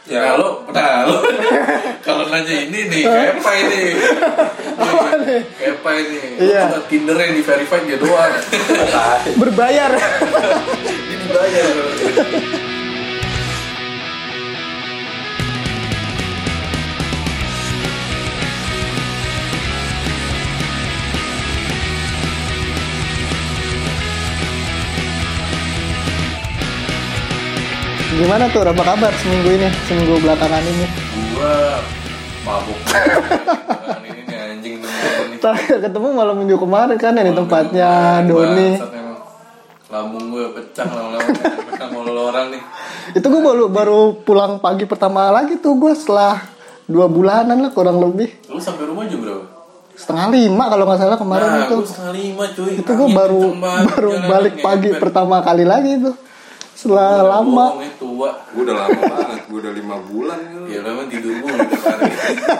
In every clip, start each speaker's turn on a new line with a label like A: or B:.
A: Ya lo kalau nanya ini nih Kepa ini. Kepa ini.
B: Iya.
A: Tinder yang di verified dia doang.
B: Berbayar.
A: Ini dibayar.
B: Gimana tuh, apa kabar seminggu belakangan ini?
A: Gua mabuk. Belakangan ini nih anjing nih.
B: Terakhir ketemu malam minggu kemarin kan yang di tempatnya Doni.
A: Lambung gue pecah lama-lama pecah mulu orang nih.
B: Itu gue baru pulang pagi pertama lagi tuh gue setelah 2 bulanan lah kurang lebih.
A: Lu sampai rumah jam berapa?
B: 4:30 kalau nggak salah kemarin
A: Nah,
B: itu.
A: 4:30 cuy.
B: Itu gue baru balik pagi pertama kali lagi itu. Setelah lama.
A: Tua.
C: Gue udah lama banget, gue udah 5 bulan gitu.
A: Ya lama tidur mulu tiap hari.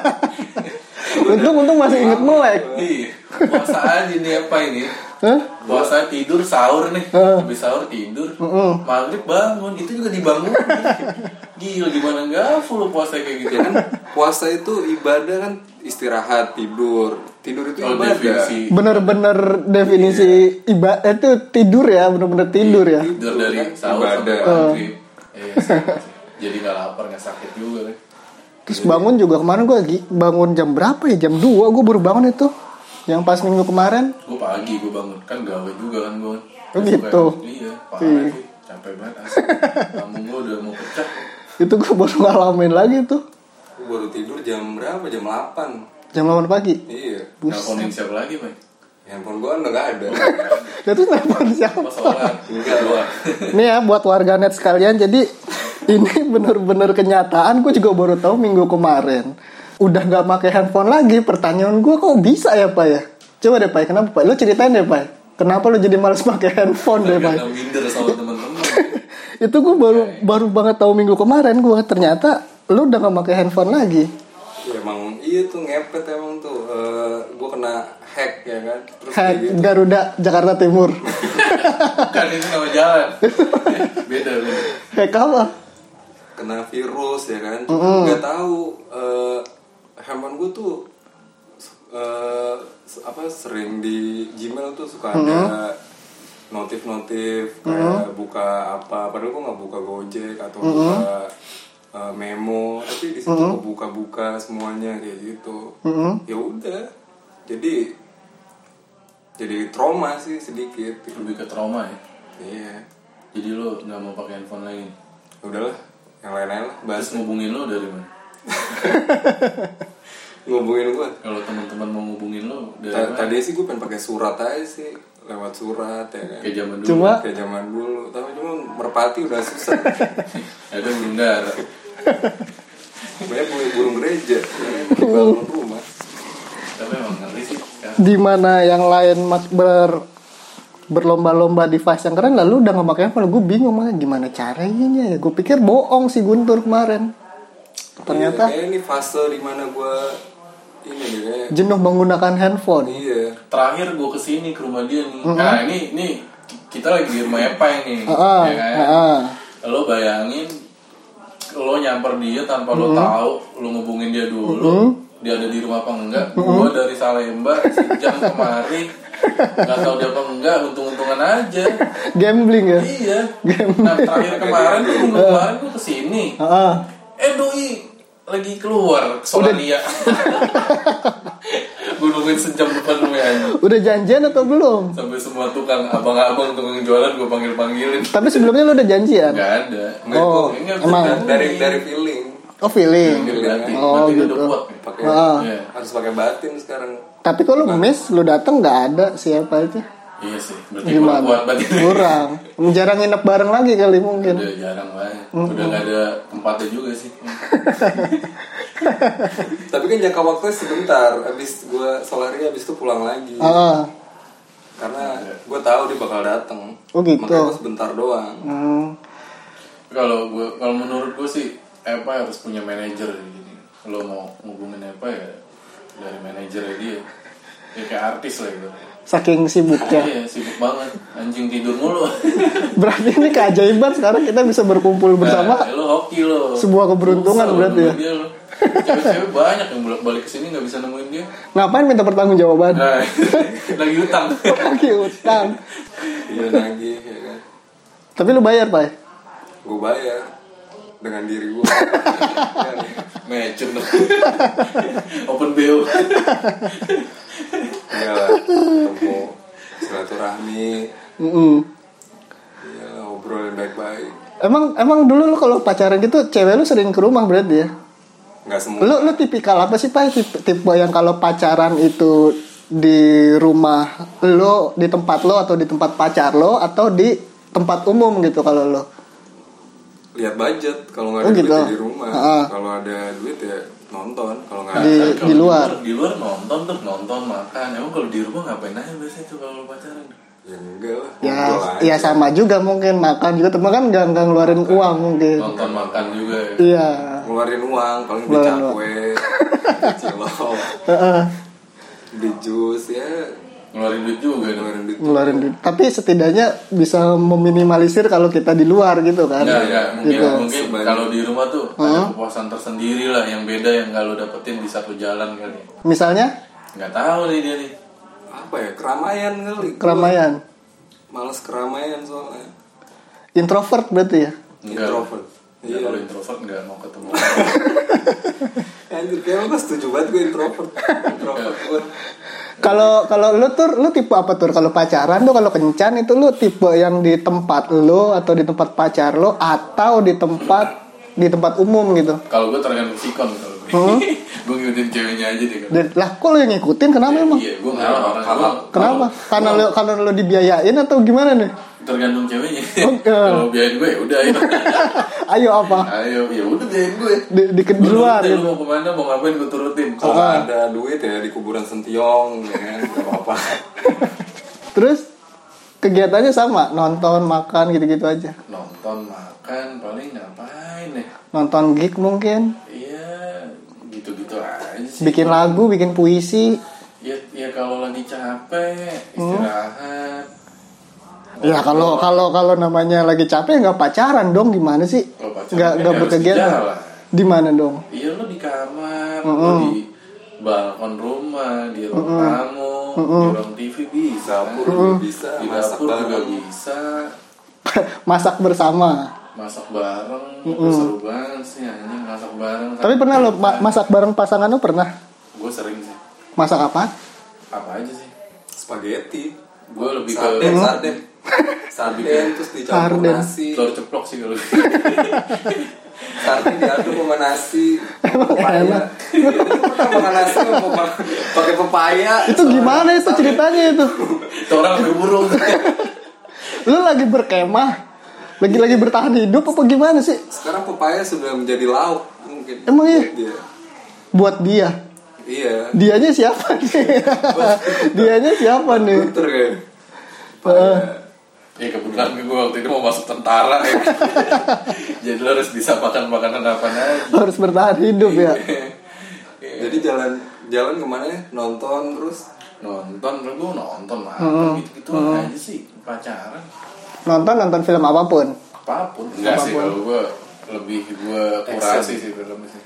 B: Untung masih inget melek.
A: Iya. Puasa aja nih apa ini?
B: Hah?
A: Puasa tidur sahur nih. Habis sahur tidur. Maghrib bangun, itu juga dibangun. Gila gimana enggak full puasa kayak gitu kan?
C: Puasa itu ibadah kan, istirahat, tidur. Tidur itu ibadah.
A: Definisi.
B: Bener-bener definisi ibadah itu tidur ya, bener-bener tidur ya.
A: Tidur dari sahur sampai maghrib. Jadi nggak lapar, nggak sakit juga kan?
B: Terus bangun juga kemarin gue bangun jam berapa ya? Jam 2 gue baru bangun itu. Yang pas minggu kemarin.
A: Gue pagi gue bangun, kan gawe juga kan gue.
B: Oh gitu.
A: Iya, parah sih, capek banget asli. Lambung gue udah mau pecah.
B: Itu gue baru ngalamin lagi tuh.
C: Gue baru tidur jam berapa? Jam 8.
B: Jam 8 pagi.
C: Iya.
A: Nelfonin siapa lagi, Pak?
C: Handphone gue udah gak ada.
B: Itu telepon siapa?
A: Pas sholat, enggak doang.
B: Ini ya buat warganet sekalian. Jadi ini bener-bener kenyataan. Gue juga baru tahu minggu kemarin. Udah gak pakai handphone lagi. Pertanyaan gue kok bisa ya Pak ya? Coba deh Pak, kenapa Pak? Lo ceritain deh Pak. Kenapa lo jadi males pakai handphone deh Pak?
A: Karena minder sama teman-teman.
B: Itu gue baru banget tahu minggu kemarin. Gue ternyata lo udah gak pakai handphone lagi.
C: Ya, emang iya tuh ngepet emang tuh. Gue kena hack ya kan. Terus
B: Hack
C: gitu.
B: Garuda Jakarta Timur.
A: Bukan itu nama jalan. Beda.
B: Hack apa?
C: Kena virus ya kan. Gak tahu. Handphone gue tuh sering di Gmail tuh suka ada notif-notif kayak buka apa, padahal gue nggak buka Gojek atau buka memo, tapi di situ gue buka semuanya kayak gitu. Ya udah, jadi trauma sih sedikit.
A: Lebih ke trauma ya.
C: Iya.
A: Jadi lo nggak mau pakai handphone lagi.
C: Udahlah, yang lain-lain lah.
A: Terus ngubungin lo dari mana?
C: Ngubungin gue.
A: Kalau teman-teman mau ngubungin lo dari mana?
C: Tadi sih gue pengen pakai surat aja sih, lewat surat ya kan.
A: Kayak zaman dulu.
C: Kayak zaman dulu, tapi cuma merpati udah susah.
A: Ada bundar.
C: Banyak burung gereja di balkon rumah.
A: Tapi emang ngeri sih. Ya.
B: Di mana yang lain berlomba-lomba device yang keren, lalu udah nggak pakai handphone. Gue bingung makanya gimana caranya ya. Gue pikir bohong si Guntur kemarin. Ternyata
C: kayak ini fase dimana gue ini kayak
B: jenuh menggunakan handphone.
C: iya.
A: Terakhir gue kesini ke rumah dia nih. Nah ini kita lagi di rumah Epa ini. Ya kan? Lo bayangin lo nyamper dia tanpa lo tahu, lo ngubungin dia dulu. Dia ada di rumah apa enggak? Gue dari Salemba sejam kemari nggak tahu dia apa enggak, untung-untungan aja.
B: Gambling ya.
A: Iya. Nah terakhir kemarin tuh minggu kemarin gue kesini. Doi lagi keluar Solaria. Gue nungguin sejam depan rumahnya.
B: Udah janjian atau belum?
A: Sampai semua tukang abang-abang tukang jualan gue panggil-panggilin.
B: Tapi sebelumnya lu udah janjian?
A: Gak ada.
B: Oh, emang
C: dari feeling.
B: Oh feeling. Oh gitu.
C: Harus pakai batin sekarang.
B: Tapi kalau miss lu dateng nggak ada siapa aja?
A: Iya sih. Berarti gimana? Kuat batin.
B: Kurang. Jarang nginep bareng lagi kali mungkin.
A: Udah jarang banget. Udah nggak ada tempatnya juga sih.
C: Tapi kan jangka waktunya sebentar. Abis gue Solaria, abis itu pulang lagi. Karena gue tahu dia bakal datang.
B: Oh gitu.
C: Makanya gue sebentar doang.
A: Kalau menurut gue sih Epa harus punya manajer gini. Kalau mau ngubungin Epa ya dari manajernya dia. Ya kayak artis lah gitu.
B: Saking sibuknya.
A: Iya, sibuk banget. Anjing tidur mulu.
B: Berarti ini keajaiban sekarang kita bisa berkumpul bersama.
A: Lo hoki lo.
B: Sebuah keberuntungan berarti ya.
A: Cewek-cewek banyak yang bolak-balik kesini nggak bisa nemuin dia.
B: Ngapain minta pertanggungjawaban?
A: Nah, lagi utang.
B: Lagi utang.
C: Iya nagih ya kan.
B: Tapi lu bayar, Pak?
C: Gue bayar dengan diri gue.
A: Mecun. Open BO.
C: Iya lah, ketemu silaturahmi. Iya, ngobrolin baik-baik.
B: Emang dulu lu kalau pacaran gitu cewek lu sering ke rumah berarti ya?
C: Nggak semua.
B: Lu tipikal apa sih, Pak? Tipe yang kalau pacaran itu di rumah lo, di tempat lo atau di tempat pacar lo atau di tempat umum gitu kalau lo?
C: Lihat budget, kalau nggak ada duit
B: gitu.
C: ya di rumah. Kalau ada duit ya nonton, kalau nggak ada
B: Di luar.
A: Di luar nonton makan. Emang kalau di rumah ngapain aja biasanya tuh kalau pacaran?
C: ya enggak lah.
B: Ya,
C: ngobrol aja.
B: ya sama juga mungkin makan juga, teman kan nggak ngeluarin uang mungkin.
A: Nonton makan juga. Ya.
B: Iya.
C: Ngeluarin uang, paling beli cakwe, beli cilok, beli jus ya.
A: Ngeluarin duit juga.
B: Ngeluarin duit. Tapi setidaknya bisa meminimalisir kalau kita di luar gitu kan.
A: Ya, mungkin
B: Gitu.
A: mungkin kalau di rumah tuh ada kepuasan tersendiri lah yang beda yang gak lo dapetin di satu jalan kali.
B: Misalnya
A: Nggak tahu nih dia nih.
C: Apa ya, keramaian kali.
B: keramaian.
C: Males keramaian soalnya.
B: Introvert berarti ya?
A: Enggak.
C: Introvert.
A: Iya, kalau introvert nggak mau ketemu.
C: Anjir, kayak lu setuju banget gue introvert. Introvert gue.
B: Kalau lu tipe apa tuh? Kalau pacaran tuh kalau kencan itu lu tipe yang di tempat lu atau di tempat pacar lu atau di tempat umum gitu?
A: Kalau gue tergantung sikon kalau gue. Gue ngikutin ceweknya aja deh.
B: Lah kok lu yang ngikutin, kenapa emang?
A: Iya, gue ngalah orang.
B: Kenapa? Karena lu dibiayain atau gimana nih?
A: Tergantung ceweknya. Kalau biayain gue ya udah ayo.
B: Ayo apa?
A: Ayo, ya udah biayain gue.
B: Di luar
A: gitu.
B: gitu.
A: Lu mau kemana, mau ngapain gue turutin.
C: Kalau nggak ada duit ya di kuburan Sentiong, ya kan, nggak apa-apa.
B: Terus kegiatannya sama, nonton, makan gitu-gitu aja.
A: Nonton, makan, paling ngapain ya?
B: Nonton gig mungkin,
A: Iya, gitu-gitu aja sih.
B: bikin lagu, bikin puisi.
A: Ya kalau lagi capek, istirahat.
B: Ya kalau namanya lagi capek nggak pacaran dong, gimana sih?
A: Kalau pacaran
B: Nggak
A: harus
B: berkegiatan.
A: jalan.
B: Di mana dong?
A: Iya, lo di kamar, lo di balkon rumah, di ruang tamu, di ruang TV bisa,
C: Dapur juga bisa,
A: di
C: masak
A: dapur juga
C: bareng.
A: bisa,
B: Masak bersama.
A: masak bareng, seru banget sih anjing masak bareng.
B: Tapi pernah lo masak bareng pasangan lo pernah?
A: Gue sering sih.
B: Masak apa?
A: Apa aja sih?
C: Spaghetti.
A: Gue lebih
C: Sarden. Sarden terus dicampur
B: Sarden.
C: nasi.
A: telur ceplok sih kalau.
C: Sarden diaduk sama nasi. Pepaya. Pernah makan nasi pakai pepaya.
B: Itu gimana itu ceritanya itu?
A: Itu orang lebih burung.
B: Lo lagi berkemah, lagi bertahan hidup apa gimana sih?
C: Sekarang pepaya sudah menjadi lauk mungkin.
B: Emang iya?
C: Buat dia.
B: Buat dia.
C: Iya.
B: Dianya siapa nih? Dianya siapa nih?
C: Gunter kayak. Pepaya.
A: Ya kebetulan gue waktu itu mau masuk tentara ya. Jadi lo harus bisa makan makanan apa aja.
B: Harus bertahan hidup ya.
C: Jadi jalan kemana ya? Nonton terus.
A: Nonton makan gitu aja sih pacaran.
B: Nonton film apapun.
A: Apapun. Enggak sih kalau gue lebih kurasi sih film sih.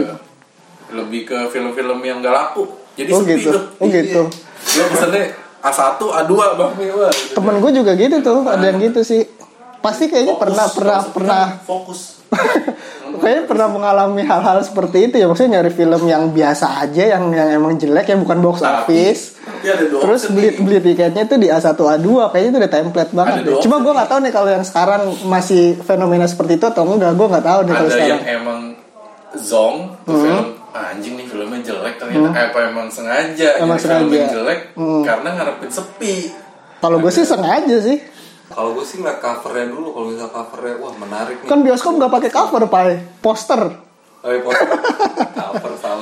A: Lebih ke film-film yang gak laku. Jadi sepi
B: gitu.
A: tuh.
B: Gitu.
A: Gue pesennya A1, A2 bang Mewa.
B: Temen gue juga gitu tuh, ada yang gitu sih. Pasti kayaknya pernah
A: fokus.
B: kayaknya pernah mengalami hal-hal seperti itu ya. Maksudnya nyari film yang biasa aja, yang emang jelek, yang bukan box office.
A: Tapi ada dua
B: Terus
A: option
B: beli tiketnya itu di A1 A2, kayaknya itu udah template banget
A: Ada
B: deh.
A: dua
B: Cuma gue
A: option
B: nggak tahu nih kalau yang sekarang masih fenomena seperti itu atau enggak, gue nggak tahu nih kalau
A: ada
B: sekarang.
A: yang emang zong tuh film anjing nih filmnya jelek ternyata apa emang sengaja
B: Emang
A: jadi film yang
B: sengaja.
A: jelek karena ngarepin sepi.
B: Kalau gue sih sengaja sih.
C: Kalau gue sih ngeliat covernya dulu. Kalau misal covernya wah menarik nih.
B: Kan bioskop nggak pakai cover, Pak. Poster.
C: Poster. Cover salah.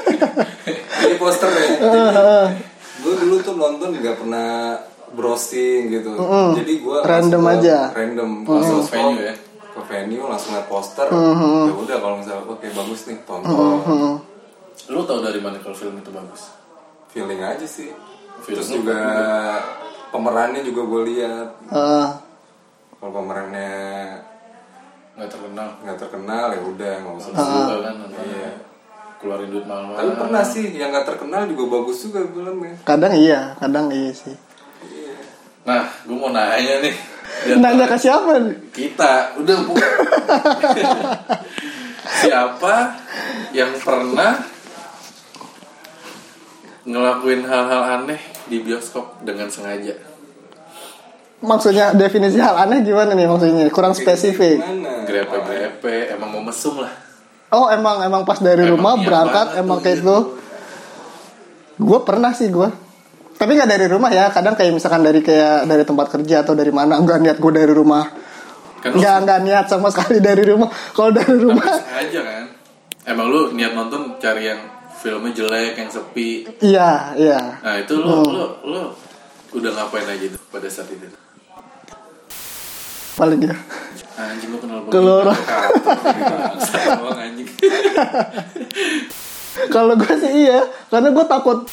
C: Ini poster ya. Gue dulu tuh nonton nggak pernah browsing gitu. Jadi gue
B: Random aja.
C: Random.
A: Langsung
C: Langsung
A: venue ya.
C: ke venue langsung liat poster. Ya udah kalau misalnya oke bagus nih tonton.
A: Lu tau dari mana kalau film itu bagus?
C: Feeling aja sih. Terus juga pemerannya juga gue lihat. Kalau pemerannya nggak terkenal ya udah nggak usah.
A: Kan iya. Keluarin duit mahal.
C: Tapi pernah sih yang nggak terkenal juga bagus juga filmnya.
B: Kadang iya sih.
C: Iya.
A: Nah, gue mau nanya nih.
B: Nanya ke siapa nih?
A: Kita udah bukan. Siapa yang pernah ngelakuin hal-hal aneh di bioskop dengan sengaja?
B: Maksudnya definisi hal aneh gimana nih maksudnya? Kurang spesifik.
A: Grepe-grepe, emang mau mesum lah.
B: Oh emang pas dari rumah berangkat emang kayak itu. Gue pernah sih gue. Tapi nggak dari rumah ya. Kadang kayak misalkan dari tempat kerja atau dari mana. Nggak niat gue dari rumah. Kan nggak niat sama sekali dari rumah. Kalau dari rumah.
A: Tapi sengaja kan. Emang lu niat nonton cari yang filmnya jelek, yang sepi.
B: Iya.
A: Nah itu lu udah ngapain aja tuh pada saat itu?
B: Paling ya.
A: Anjing, gue kenal
B: Keluar.
A: Anjing.
B: Kalau gue sih iya, karena gue takut.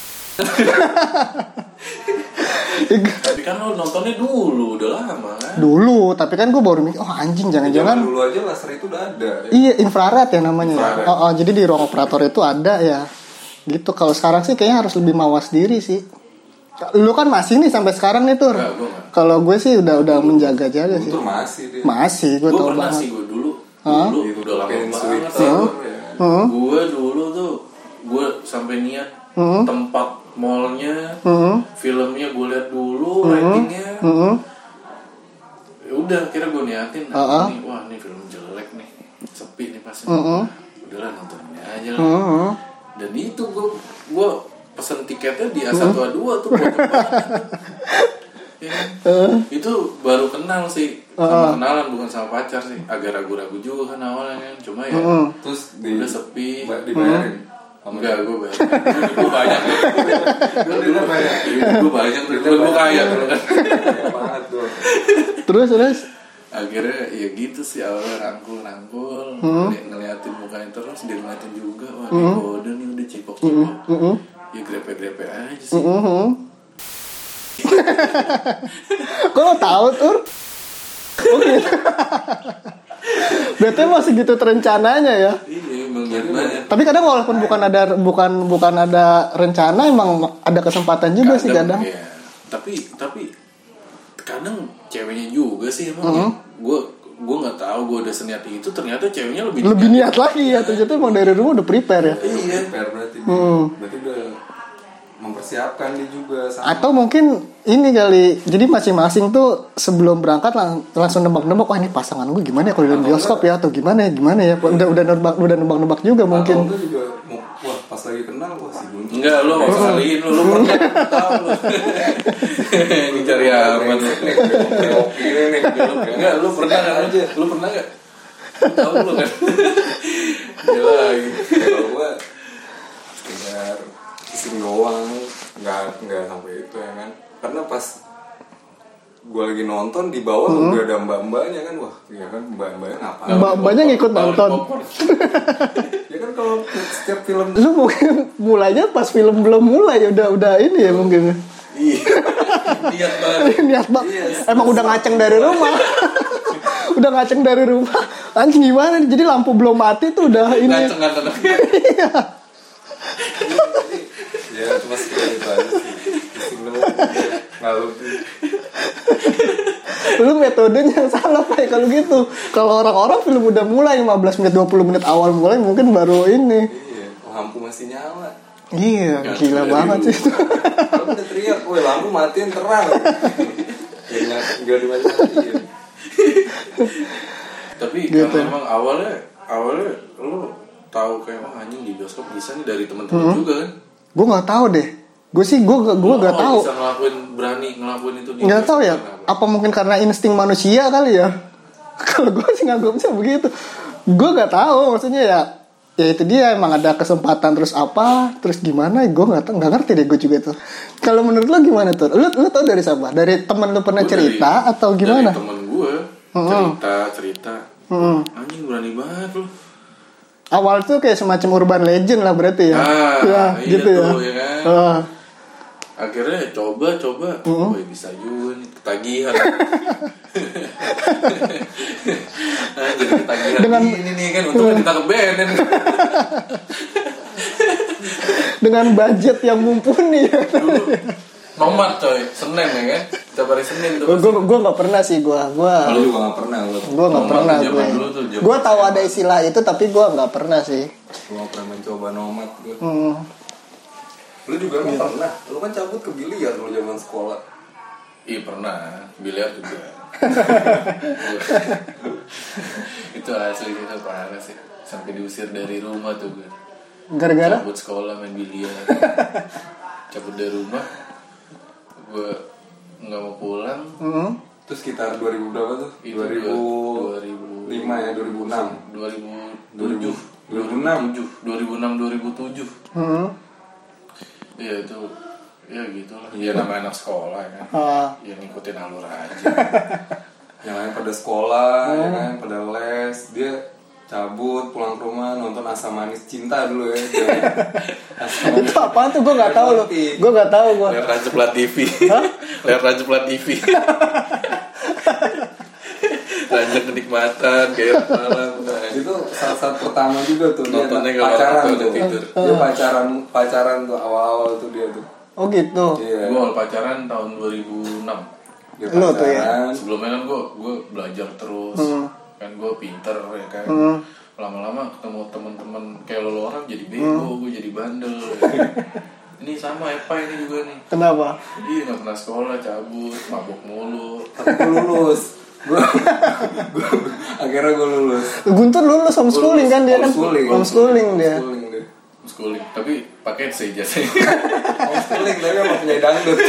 A: Tapi kan lo nontonnya dulu, udah lama kan?
B: Dulu, tapi kan gue baru mikir, oh anjing jangan-jangan.
C: Dulu aja laser itu udah ada. Ya?
B: Iya, infrared ya namanya. Oh, jadi di ruang operator itu ada ya. Gitu. Kalau sekarang sih kayaknya harus lebih mawas diri sih. Lu kan masih nih sampai sekarang nih Tur. Kalau gue sih udah menjaga-jaga sih.
C: Tur masih dia.
B: Masih, gue tau
A: banget. Gue pernah sih gue dulu udah lama banget. Gue dulu tuh gue sampai niat tempat mallnya, filmnya gue lihat dulu, ratingnya. Ya udah, kira gue niatin. Nih, wah ini film jelek nih, sepi nih pasti. Udahlah nontonnya aja lah. Dan itu gue pesen tiketnya di A1A2 tuh ya. Itu baru kenal sih sama kenalan, bukan sama pacar sih. Agak ragu-ragu juga kan awalnya kan. Cuma ya
C: terus
A: udah sepi.
C: Dibayarin?
A: Enggak, gue bayar. Gue banyak deh. Gue banyak deh. Gue kaya kan.
B: Terus
A: akhirnya ya gitu sih, awalnya rangkul ngeliatin mukanya terus, dia ngeliatin juga. Wah ini kode nih udah cipok-cipok. Ya grepe-grepe aja sih.
B: Kok lo tahu Tur? Oke. Berarti masih gitu terencananya ya?
A: Iya, emang banyak.
B: Tapi kadang walaupun bukan ada rencana, emang ada kesempatan juga sih kadang.
A: Iya. Tapi kadang ceweknya juga sih emang. Gue nggak tahu, gue udah seniat itu, ternyata ceweknya lebih
B: niat lagi ya. Ternyata emang dari rumah udah prepare ya.
C: Iya. Prepare berarti udah mempersiapkan dia juga sama.
B: Atau mungkin ini kali, jadi masing-masing tuh sebelum berangkat langsung nebak-nebak, wah ini pasangan gue gimana ya kalau di bioskop ya, atau gimana ya udah nebak juga mungkin.
C: Atau juga wah pas lagi kenal wah si Guntur.
A: Enggak, lu nggak usah saliin, lu pernah tahu lu. Ini cari aman. Enggak, lu pernah aja, lu pernah nggak? Tahu lu kan? Gila gitu.
C: Kalau gue sekedar iseng doang, nggak sampai itu ya kan. Karena pas gue lagi nonton di bawah udah ada mbak-mbaknya kan, wah ya kan mbak-mbaknya ngapain?
B: Mbak-mbaknya ngikut nonton.
C: Ya kan kalau setiap film
B: lu mungkin mulainya pas film belum mulai udah ini ya mungkin.
A: Iya. Niat banget.
B: Yes, emang udah ngaceng dari rumah. Udah ngaceng dari rumah. Anjing gimana? Jadi lampu belum mati tuh udah ini.
A: Ngaceng.
B: Iya.
C: Ya cuma sekedar itu aja sih. Ngalur.
B: Lu metodenya yang salah Pak kalau gitu. Kalau orang-orang film udah mulai 15 menit 20 menit awal mulai mungkin baru ini.
C: Iya, lampu masih nyala.
B: Iya, gila banget sih itu.
C: Kalau udah teriak, woi lampu matiin terang. Ya enggak dimatiin.
A: Tapi gitu. Memang awalnya lu tahu kayak anjing di bioskop bisa nih dari teman-teman juga kan?
B: Gue nggak tahu deh. Gue nggak tahu.
A: Bisa berani ngelakuin itu.
B: Nggak tahu ya. Apa mungkin karena insting manusia kali ya? Kalau gue sih nganggapnya begitu. Gue nggak tahu. Maksudnya ya itu dia emang ada kesempatan terus gimana? Gue nggak ngerti deh gue juga tuh. Kalau menurut lo gimana tuh? Lo tau dari siapa? Dari teman lo pernah cerita atau gimana?
A: Dari teman gue cerita. Anjing berani banget lo.
B: Awal tuh kayak semacam urban legend lah berarti ya.
A: Ya,
B: gitu
A: tuh,
B: ya.
A: Kan? Akhirnya coba gue bisa juga nih, ketagihan. Jadi ketagihan
B: Dengan
A: ini nih kan untungnya ditangkap BNN.
B: Dengan budget yang mumpuni ya.
A: Dulu nomad coy, Senin ya kan, setiap hari Senin tuh.
B: Gue nggak pernah sih gue
C: Lu juga nggak pernah lu.
B: gue nggak pernah gue tahu ada istilah itu tapi gue nggak pernah sih.
C: Gue nggak pernah mencoba nomad gue. Lu juga nggak pernah. Lu kan cabut ke biliar lu zaman sekolah.
A: Iya pernah, biliar juga. Itu asli itu parah sih, sampai diusir dari rumah tuh gue.
B: Gara-gara
A: cabut sekolah main biliar. Cabut dari rumah, gue nggak mau pulang.
C: Itu sekitar 2000 berapa tuh?
A: Itu
C: 2005 ya, 2006.
A: 2007. Iya itu, ya gitu lah. Ya namanya anak sekolah kan. Ya ngikutin alur aja.
C: Yang lain pada sekolah, ya kan, pada les, dia cabut pulang ke rumah nonton Asam Manis Cinta dulu ya.
B: itu apaan tuh gue nggak tahu loh. Gue nggak tahu gue.
A: Layar Ranjeplat TV. Layar Ranjeplat TV. Ranjang kenikmatan kayak malam.
C: Itu saat pertama juga tuh dia
A: Nontonnya
C: pacaran
A: kalau
C: tuh.
A: tidur.
C: Dia pacaran tuh awal-awal tuh dia tuh.
B: Oh gitu.
C: Iya.
A: Gue awal pacaran tahun 2006.
C: Dia
B: Lu tuh ya?
A: Sebelumnya kan gue belajar terus. Kan gue pinter ya kan. Lama-lama ketemu teman-teman kayak lo orang jadi bego, gue jadi bandel. Ini sama Epa ini juga nih.
B: Kenapa?
A: Iya nggak pernah sekolah, cabut, mabok mulu.
C: Tapi gue lulus. Akhirnya gue lulus.
B: Guntur lulus homeschooling kan dia kan? Homeschooling dia.
A: Homeschooling, tapi pakai ijazah.
C: Homeschooling tapi sama penyanyi dangdut.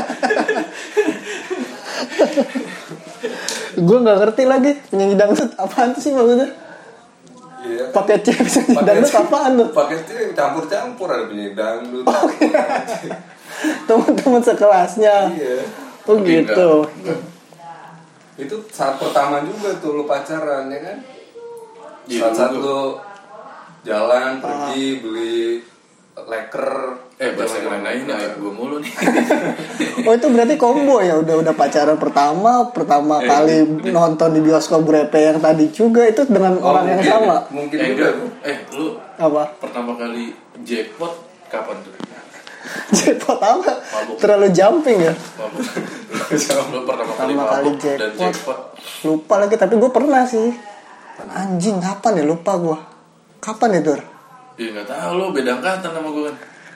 B: Gue nggak ngerti lagi penyanyi dangdut apaan tuh sih maksudnya?
C: Iya.
B: Pakai C penyanyi dangdut apaan tuh?
C: Pakai C campur-campur ada penyanyi dangdut.
B: Teman-teman sekelasnya.
C: Iya.
B: Oh gitu.
A: Enggak.
C: Itu saat pertama juga tuh lu pacaran ya kan?
A: Iya,
C: Saat lu jalan pergi beli leker.
A: Bahasa keren aja nih, gue mulu nih.
B: Oh itu berarti combo ya udah pacaran pertama kali nonton di bioskop Grepe yang tadi juga itu dengan orang yang sama.
C: Mungkin
A: Enggak.
C: juga.
A: Lu
B: Apa?
A: pertama kali jackpot kapan tuh?
B: Jackpot apa?
A: Mabuk.
B: Terlalu jumping ya.
A: Mabuk. Lu pertama kali
B: Pertama kali
A: mabuk dan
B: jackpot.
A: jackpot.
B: Lupa lagi tapi gue pernah sih. Anjing kapan ya lupa gue. Kapan itu?
A: Iya nggak tahu lo beda angkatan sama gue kan.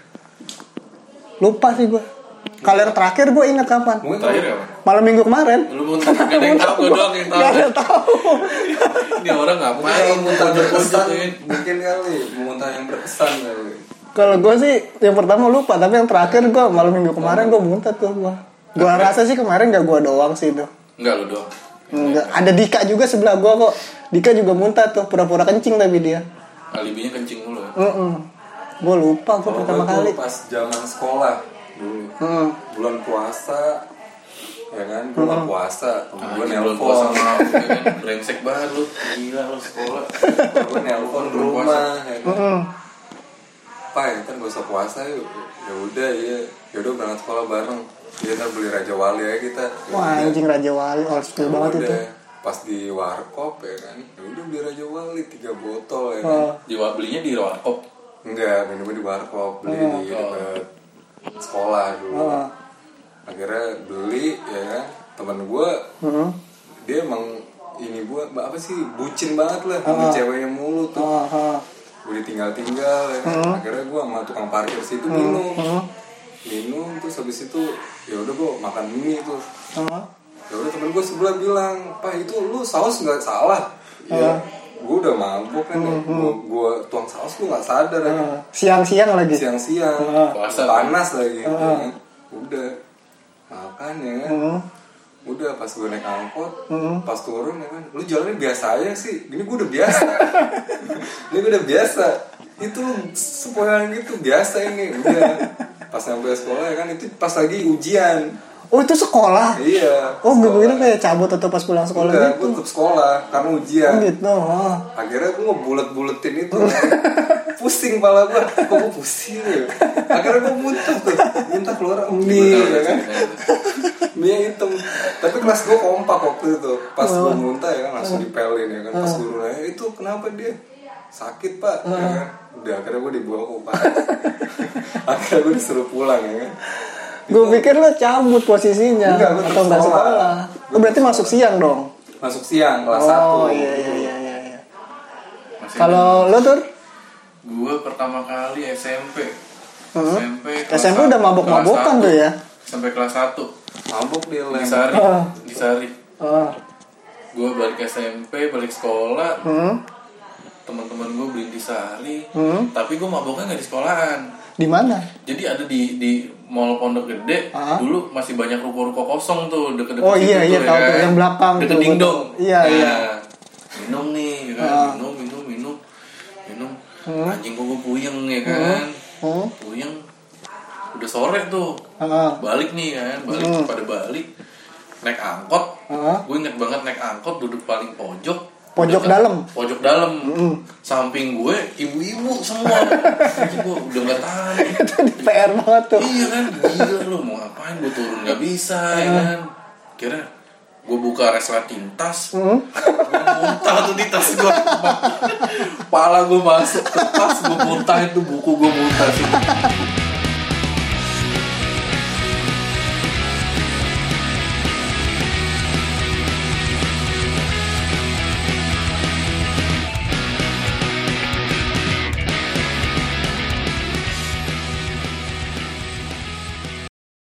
B: Lupa sih gue. Kalau yang terakhir gue ingat kapan.
A: Terakhir apa?
B: Malam minggu kemarin.
A: Lu muntah gak ada yang tahu, gue doang yang tahu.
B: Gak ada yang tahu.
A: Ini orang ngapain
C: Muntah berkesan
A: ya?
C: mungkin kali muntah yang berkesan kali.
B: Kalau gue sih yang pertama lupa tapi yang terakhir gue malam minggu kemarin gue muntah tuh gue. Gue rasa sih kemarin gak gue doang sih itu.
A: Enggak lu doang.
B: Enggak. Ada Dika juga sebelah gue kok. Dika juga muntah tuh pura-pura kencing tapi dia.
A: Alibinya kencing mulu ya.
B: Gue lupa gue pertama kali.
C: Pas zaman sekolah dulu. Bulan puasa ya kan, gue gak puasa, gue nelpon
A: kan brengsek banget lu, gila lu sekolah.
C: gue nelpon ke rumah ya kan. Pak ya kan gak usah puasa yuk. Ya udah yaudah berangkat sekolah bareng. Kita beli Raja Wali aja kita.
B: Wah anjing Raja Wali old school banget itu.
C: Pas di warkop ya kan, udah beli Raja Wali 3 botol ya kan.
A: Belinya di warkop?
C: Enggak, minumnya di warkop, beli di dekat sekolah dulu. Akhirnya beli ya kan, temen gue dia emang ini gue apa sih bucin banget lah, sama ceweknya mulu tuh. Gue ditinggal-tinggal ya kan. Akhirnya gue sama tukang parkir situ minum terus habis itu ya udah gue makan mie tuh. Ya udah temen gue sebelah bilang, "Pak itu lu saus nggak salah." Iya. Gue udah mabuk kan, gue tuang saus gue nggak sadar ya.
B: Siang-siang lagi.
C: Siang-siang, panas lagi. Udah makan ya kan. Udah pas gue naik angkot, pas turun ya kan, lu jalannya biasa aja sih. Gini gue udah biasa. Ini gue udah biasa. Itu sekolah gitu biasa ini. Udah pas sampai sekolah ya kan, itu pas lagi ujian.
B: Oh itu sekolah?
C: Iya.
B: Oh gue kira kayak cabut atau pas pulang sekolah
C: enggak,
B: gitu.
C: gue tetap sekolah karena ujian.
B: Oh gitu.
C: Akhirnya gue ngebulet-buletin itu. Pusing pala gue. Kok gue pusing ya? Akhirnya gue muntah tuh. minta keluar mie ya kan, mie hitam. Tapi kelas gue kompak waktu itu, pas gue muntah ya kan langsung dipelin ya kan, pas guru nanya itu kenapa dia sakit pak, ya kan, udah akhirnya gue dibawa ke UPAD, akhirnya gue disuruh pulang ya kan.
B: Gue pikir lo cabut posisinya.
C: Enggak, gue
B: atau nggak sekolah. Oh, berarti masuk siang dong.
C: Masuk siang kelas 1.
B: Oh iya. Kalau lo tuh?
A: Gue pertama kali SMP.
B: SMP udah mabok-mabokan tuh ya?
A: Sampai kelas 1.
C: Mabok dia
A: Di Sari. Gue balik SMP, balik sekolah. Teman-teman gue beli di Sari. Tapi gue maboknya nggak di sekolahan.
B: Di mana?
A: Jadi ada di Mall Pondok Gede. Dulu masih banyak ruko-ruko kosong tuh deket-deket
B: oh
A: situ
B: iya
A: tuh,
B: tahu tuh yang belakang
A: deket
B: tuh.
A: Dingdong.
B: Iya.
A: Minum nih ya kan. Minum. Anjing gue puyeng ya kan. Puyeng. Udah sore tuh. Balik nih kan. Pada balik. Naik angkot. Gue inget banget naik angkot duduk paling pojok.
B: Pojok dalam.
A: Samping gue ibu-ibu semua. Gue udah nggak tahan.
B: Itu di PR banget tuh.
A: Iya kan, gila lu mau ngapain, gue turun nggak bisa ya kan. Kira gue buka resleting tas, gue muntah tuh di tas gue. Pala gue masuk ke tas, gue muntah itu buku gue muntah sih.